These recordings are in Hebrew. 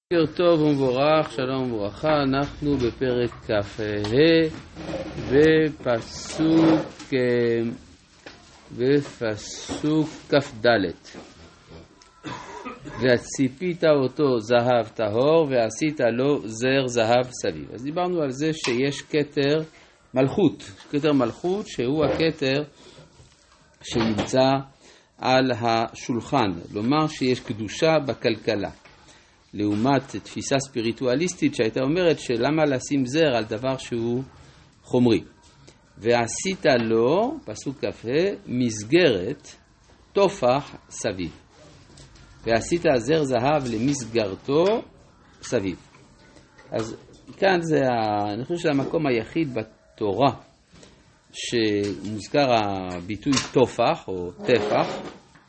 בוקר טוב ומבורך, שלום וברכה, אנחנו בפרק כ"ה בפסוק כ"ד. והציפית אותו זהב טהור ועשית לו זר זהב סביב. אז דיברנו על זה שיש כתר מלכות, שהוא הכתר שנמצא על השולחן, לומר שיש קדושה בכלכלה. לעומת תפיסה ספיריטואליסטית שהייתה אומרת שלמה לשים זר על דבר שהוא חומרי. ועשית לו, פסוק כ"ה, מסגרת תופח סביב. ועשית זר זהב למסגרתו סביב. אז כאן זה אני חושב שהמקום היחיד בתורה שמוזכר הביטוי תופח או טפח,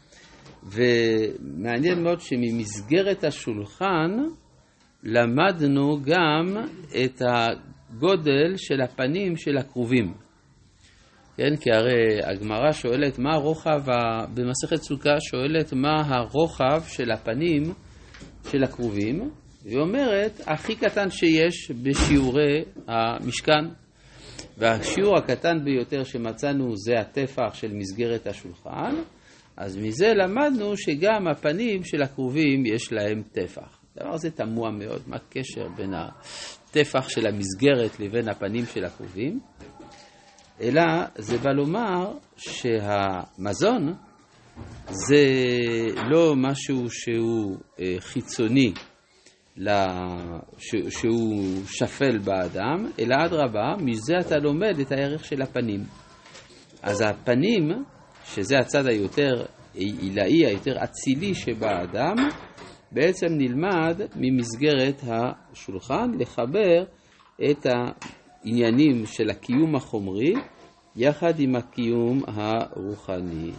ומעניין מאוד שממסגרת השולחן למדנו גם את הגודל של הפנים של הקרובים. כן, כי הרי הגמרא שואלת מה הרוחב, במסכת סוכה שואלת מה הרוחב של הפנים של הקרובים, והיא אומרת הכי קטן שיש בשיעורי המשכן, והשיעור הקטן ביותר שמצאנו זה הטפח של מסגרת השולחן. אז מזה למדנו שגם הפנים של הקרובים יש להם טפח. דבר זה תמוה מאוד, מה הקשר בין הטפח של המסגרת לבין הפנים של הקרובים? אלא זה בא לומר שהמזון זה לא משהו שהוא חיצוני, שהוא שפל באדם, אלא אדרבה, מזה אתה לומד את הערך של הפנים. אז הפנים, שזה הצד היותר עילאי, היותר אצילי שבאדם, בעצם נלמד ממסגרת השולחן לחבר את העניינים של הקיום החומרי יחד עם הקיום הרוחני.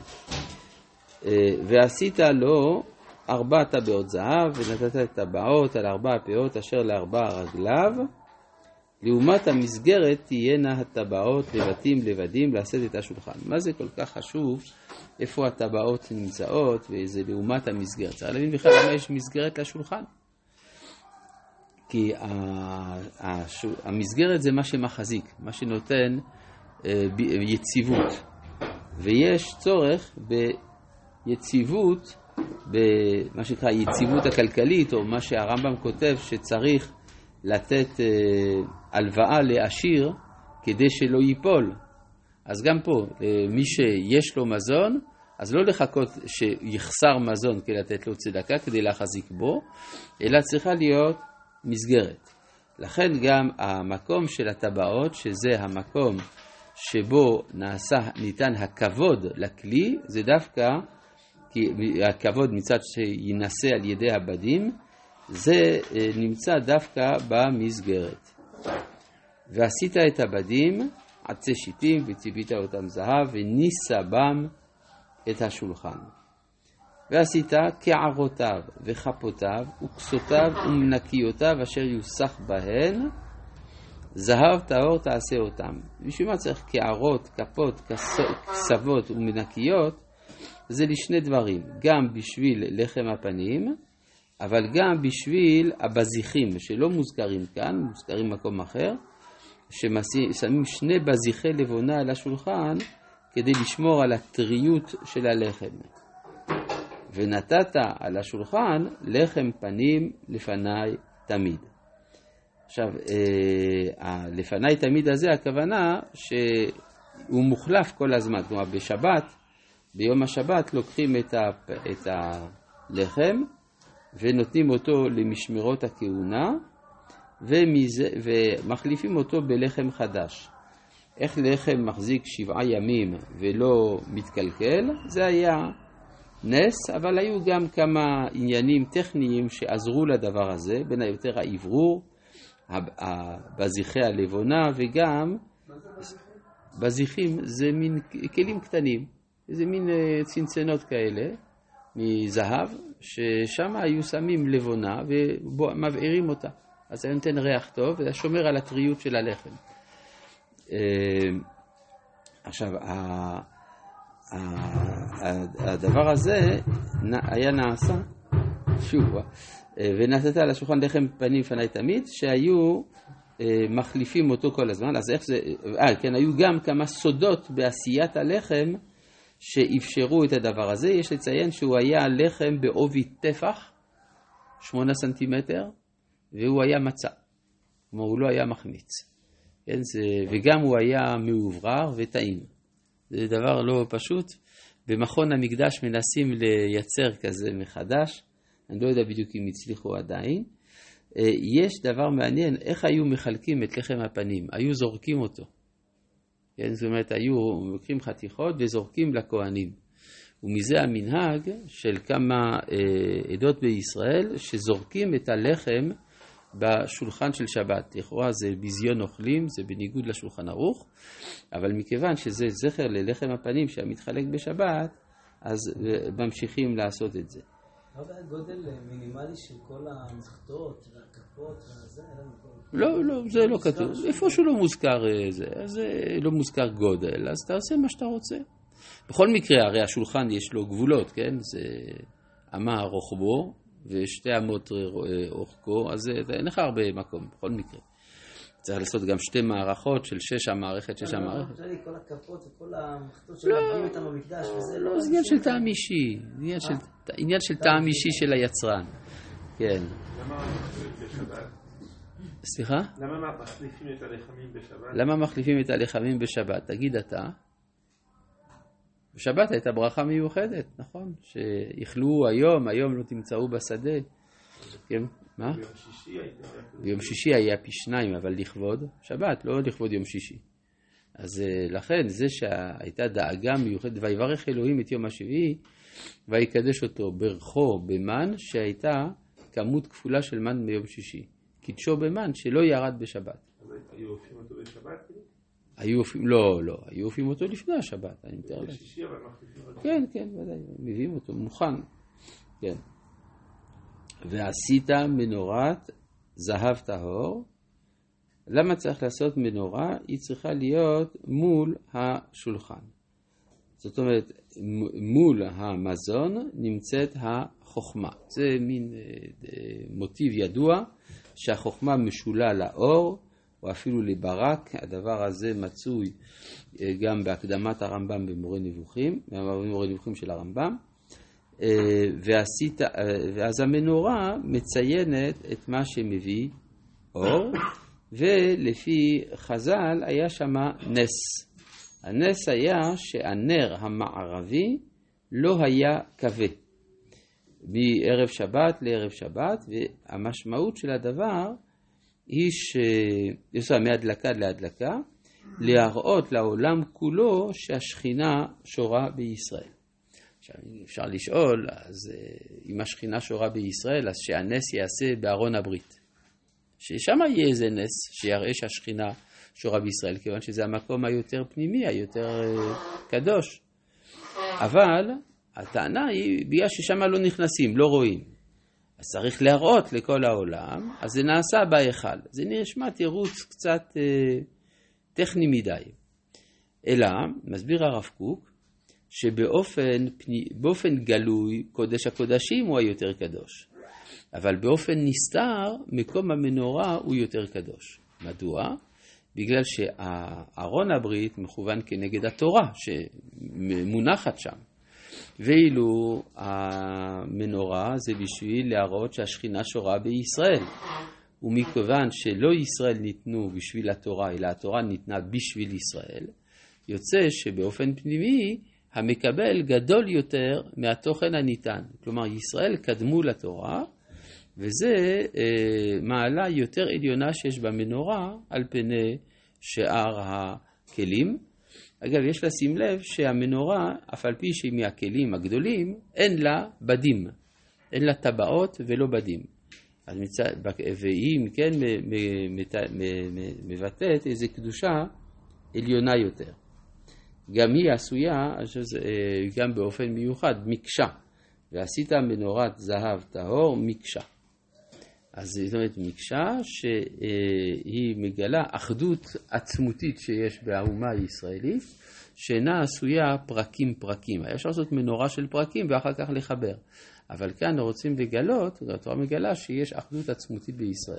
ועשית לו 4 טבעות זהב ונתת את טבעות על 4 פאות אשר ל4 רגליו, לעומת המסגרת תהיינה הטבעות לבתים לבדים לשאת את השולחן. מה זה כל כך חשוב? איפה הטבעות נמצאות וזה לעומת המסגרת? צריך להבין בכלל למה יש מסגרת לשולחן. כי המסגרת זה מה שמחזיק, מה שנותן יציבות. ויש צורך ביציבות, במה שנקרא יציבות הכלכלית, או מה שהרמב"ם כותב שצריך לתת הלוואה לעשיר כדי שלא ייפול. אז גם פה, מי שיש לו מזון, אז לא לחכות שיחסר מזון כדי לתת לו צדקה, כדי להחזיק בו, אלא צריכה להיות מסגרת. לכן גם המקום של הטבעות, שזה המקום שבו ניתן הכבוד לכלי, זה דווקא, כי הכבוד מצד שינסה על ידי הבדים, זה נמצא דווקא במסגרת. ועשית את הבדים עצי שיטים וציפית אותם זהב וניסה בם את השולחן. ועשית קערותיו וחפותיו וכסותיו ומנקיותיו אשר יוסח בהן זהב טהור תעשה אותם. בשביל מה צריך קערות, כפות, כסבות ומנקיות? זה לשני דברים, גם בשביל לחם הפנים, אבל גם בשביל הבזיחים שלא מוזכרים כאן, מוזכרים מקום אחר, ששמים 2 בזיחי לבונה על השולחן כדי לשמור על הטריות של הלחם. ונתת על השולחן לחם פנים לפני תמיד. עכשיו, לפני תמיד הזה הכוונה שהוא מוחלף כל הזמן. כלומר, ביום השבת לוקחים את הלחם ונותנים אותו למשמרות הכהונה ומחליפים אותו בלחם חדש. איך לחם מחזיק 7 ימים ולא מתקלקל? זה היה נס, אבל היו גם כמה עניינים טכניים שעזרו לדבר הזה, בין היותר העברור, בזיחי הלבונה, וגם בזיחים זה מין כלים קטנים, זה מין צנצנות כאלה מזהב, ששם היו שמים לבונה ומבעירים אותה. אז זה נותן ריח טוב, וזה שומר על הטריות של הלחם. עכשיו, הדבר הזה היה נעשה, שוב, ונתת על השולחן לחם פנים לפני תמיד, שהיו מחליפים אותו כל הזמן. אז איך זה, כן, היו גם כמה סודות בעשיית הלחם שאפשרו את הדבר הזה. יש לציין שהוא היה לחם בעובי טפח, 8 סנטימטר, והוא היה מצה. כלומר, הוא לא היה מחמיץ. כן, וגם הוא היה מאוברר וטעים. זה דבר לא פשוט. במכון המקדש מנסים לייצר כזה מחדש. אני לא יודע בדיוק אם הצליחו עדיין. יש דבר מעניין, איך היו מחלקים את לחם הפנים? היו זורקים אותו. כן, זאת אומרת, היו לוקחים חתיכות וזורקים לכהנים. ומזה המנהג של כמה עדות בישראל שזורקים את הלחם בשולחן של שבת. לכאורה זה ביזיון אוכלים, זה בניגוד לשולחן ערוך, אבל מכיוון שזה זכר ללחם הפנים שהמתחלק בשבת, אז ממשיכים לעשות את זה. לא היה גודל מינימלי של כל המחתות והכפות וזה? לא, זה לא כתוב. איפה שהוא לא מוזכר זה, אז לא מוזכר גודל, אז אתה עושה מה שאתה רוצה. בכל מקרה, הרי השולחן יש לו גבולות, כן? זה אמה רוחבו ושתי אמות אורכו, אז אין לך הרבה מקום, בכל מקרה. צריך לעשות גם 2 מערכות של 6 המערכת, 6 המערכת. כל הכפות וכל המחתות שמגיעים איתם במקדש, וזה לא... זה עניין של טעם אישי, עניין של טעם אישי של היצרן. כן. למה מחליפים בשבת? סליחה? למה מחליפים את הלחמים בשבת? למה מחליפים את הלחמים בשבת? תגיד אתה. בשבת הייתה ברכה מיוחדת, נכון? שיכלו היום לא תמצאו בשדה. כן? מה? ביום שישי היה פי 2, אבל לכבוד שבת, לא לכבוד יום שישי. אז לכן זה שהייתה דאגה מיוחדת, ויברך אלוהים את יום השביעי, ויקדש אותו ברכו במן, שהייתה כמות כפולה של מן ביום שישי. קידשו במן שלא ירד בשבת. אז היו אופים אותו בשבת? לא, היו אופים אותו לפני השבת, אני מתאר לך. בשישי אבל מחליפים אותו. כן, ודאי, מביאים אותו, מוכן. כן. ועשית מנורת זהב טהור. למה צריך לעשות מנורה? היא צריכה להיות מול השולחן. זאת אומרת, מול המזון נמצאת החוכמה. זה מין מוטיב ידוע שהחוכמה משולה לאור, או אפילו לברק. הדבר הזה מצוי גם בהקדמת הרמב"ם במורה נבוכים, במורה נבוכים של הרמב"ם. ואז המנורה מציינת את מה שמביא אור, ולפי חז"ל היה שם נס. הנס היה שהנר המערבי לא היה כבה מערב שבת לערב שבת, והמשמעות של הדבר היא מהדלקה להדלקה, להראות לעולם כולו שהשכינה שורה בישראל. עכשיו, אפשר לשאול, אז אם השכינה שורה בישראל, אז שהנס יעשה בארון הברית. ששם יהיה איזה נס שיראה שהשכינה שורה בישראל, כיוון שזה המקום היותר פנימי, היותר קדוש. אבל הטענה היא, בגלל ששם לא נכנסים, לא רואים. אז צריך להראות לכל העולם, אז זה נעשה בהיכל. זה נשמע תירוץ קצת טכני מדי. אלא, מסביר הרב קוק, שבאופן גלוי, קודש הקודשים הוא היותר קדוש. אבל באופן נסתר, מקום המנורה הוא יותר קדוש. מדוע? בגלל שהארון הברית מכוון כנגד התורה שמונחת שם. ואילו המנורה זה בשביל להראות שהשכינה שורה בישראל. ומכיוון שלא ישראל ניתנו בשביל התורה, אלא התורה ניתנה בשביל ישראל, יוצא שבאופן פנימי המקבל גדול יותר מהתוכן הניתן. כלומר, ישראל קדמו לתורה, וזה מעלה יותר עליונה שיש במנורה על פני שאר הכלים. אגב, יש לשים לב שהמנורה, אף על פי שהיא מהכלים הגדולים, אין לה בדים. אין לה טבעות ולא בדים. והיא, כן, מבטאת איזו קדושה עליונה יותר. גם היא עשויה, גם באופן מיוחד, מקשה. ועשית מנורת זהב טהור מקשה. אז זאת אומרת מקשה שהיא מגלה אחדות עצמותית שיש באומה הישראלית, שאינה עשויה פרקים. היה אפשר לעשות מנורה של פרקים ואחר כך לחבר. אבל כאן רוצים לגלות, התורה מגלה שיש אחדות עצמותית בישראל.